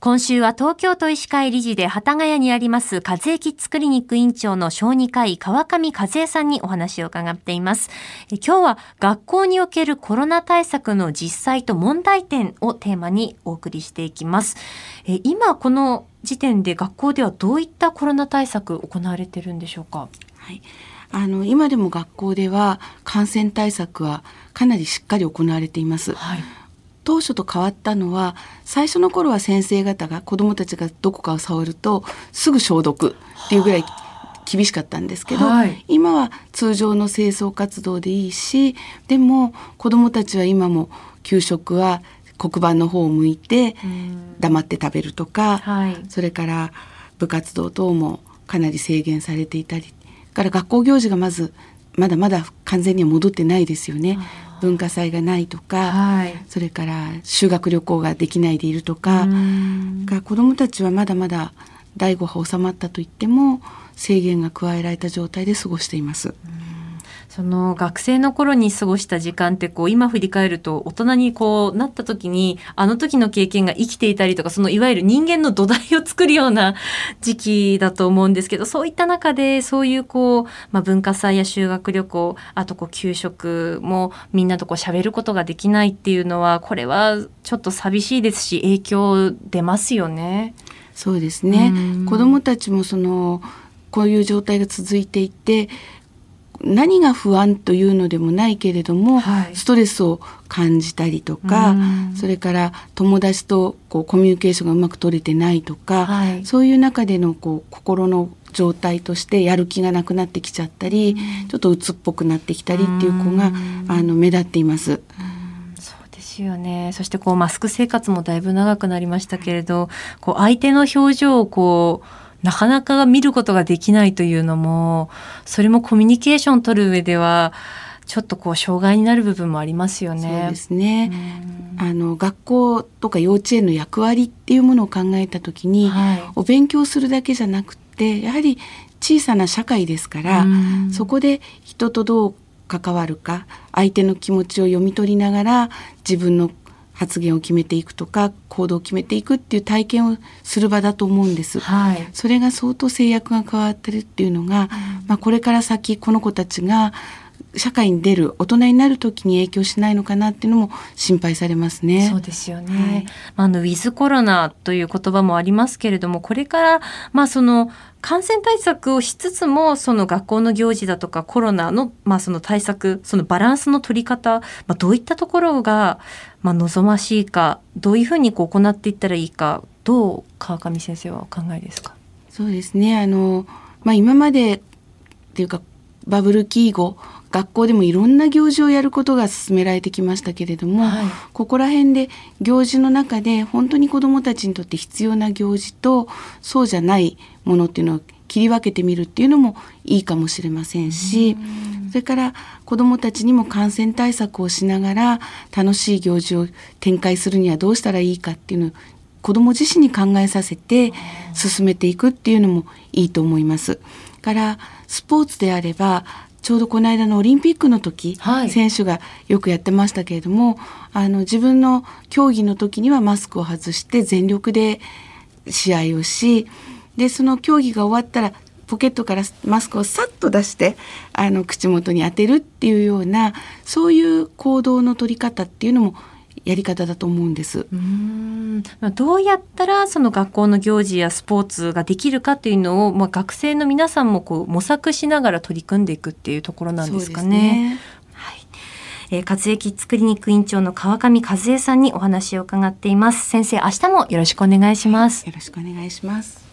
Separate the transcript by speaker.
Speaker 1: 今週は東京都医師会理事で幡ヶ谷にあります和江キッズクリニック院長の小児科医川上和江さんにお話を伺っています。今日は学校におけるコロナ対策の実際と問題点をテーマにお送りしていきます。今この時点で学校ではどういったコロナ対策行われているんでしょうか。
Speaker 2: はい、今でも学校では感染対策はかなりしっかり行われています。
Speaker 1: はい、
Speaker 2: 当初と変わったのは、最初の頃は先生方が子どもたちがどこかを触るとすぐ消毒っていうぐらい厳しかったんですけど、今は通常の清掃活動でいいし、でも子どもたちは今も給食は黒板の方を向いて黙って食べるとか、それから部活動等もかなり制限されていたり、から学校行事がまだまだ完全には戻ってないですよね。文化祭がないとか、それから修学旅行ができないでいるとか、子どもたちはまだまだ第5波収まったといっても制限が加えられた状態で過ごしています。
Speaker 1: その学生の頃に過ごした時間って今振り返ると大人になった時にあの時の経験が生きていたりとか、そのいわゆる人間の土台を作るような時期だと思うんですけど、そういった中でそういう文化祭や修学旅行、あと給食もみんなと喋ることができないっていうのは、これはちょっと寂しいですし影響出ますよね。
Speaker 2: そうですね。子どもたちもこういう状態が続いていて、何が不安というのでもないけれども、ストレスを感じたりとか、それから友達とコミュニケーションがうまく取れてないとか、そういう中での心の状態としてやる気がなくなってきちゃったり、ちょっと鬱っぽくなってきたりっていう子が目立っています。
Speaker 1: そうですよね。そしてマスク生活もだいぶ長くなりましたけれど、相手の表情をなかなか見ることができないというのも、それもコミュニケーションを取る上ではちょっと障害になる部分もありますよね。
Speaker 2: そうですね。学校とか幼稚園の役割っていうものを考えたときに、お勉強するだけじゃなくて、やはり小さな社会ですから、そこで人とどう関わるか、相手の気持ちを読み取りながら自分の発言を決めていくとか行動を決めていくっていう体験をする場だと思うんです。それが相当制約が変わってるっていうのが、これから先この子たちが社会に出る大人になる時に影響しないのかなっていうのも心配されますね。
Speaker 1: そうですよね。ウィズコロナという言葉もありますけれども、これからその感染対策をしつつも、その学校の行事だとかコロナのその対策、そのバランスの取り方、どういったところが望ましいか、どういうふうに行っていったらいいか、どう川上先生はお考えですか。
Speaker 2: そうですね。今までっていうかバブル期以後、学校でもいろんな行事をやることが進められてきましたけれども、ここら辺で行事の中で本当に子どもたちにとって必要な行事とそうじゃないものっていうのを切り分けてみるっていうのもいいかもしれませんし、それから子どもたちにも感染対策をしながら楽しい行事を展開するにはどうしたらいいかっていうのを子ども自身に考えさせて進めていくっていうのもいいと思います。からスポーツであれば、ちょうどこの間のオリンピックの時、選手がよくやってましたけれども、自分の競技の時にはマスクを外して全力で試合をし、でその競技が終わったらポケットからマスクをさっと出して口元に当てるっていうような、そういう行動の取り方っていうのもやり方だと思うんです。
Speaker 1: どうやったらその学校の行事やスポーツができるかっていうのを、学生の皆さんも模索しながら取り組んでいくっていうところなんですかね。和江キッズクリニック院長の川上和江さんにお話を伺っています。先生、明日もよろしくお願いします。
Speaker 2: よろしくお願いします。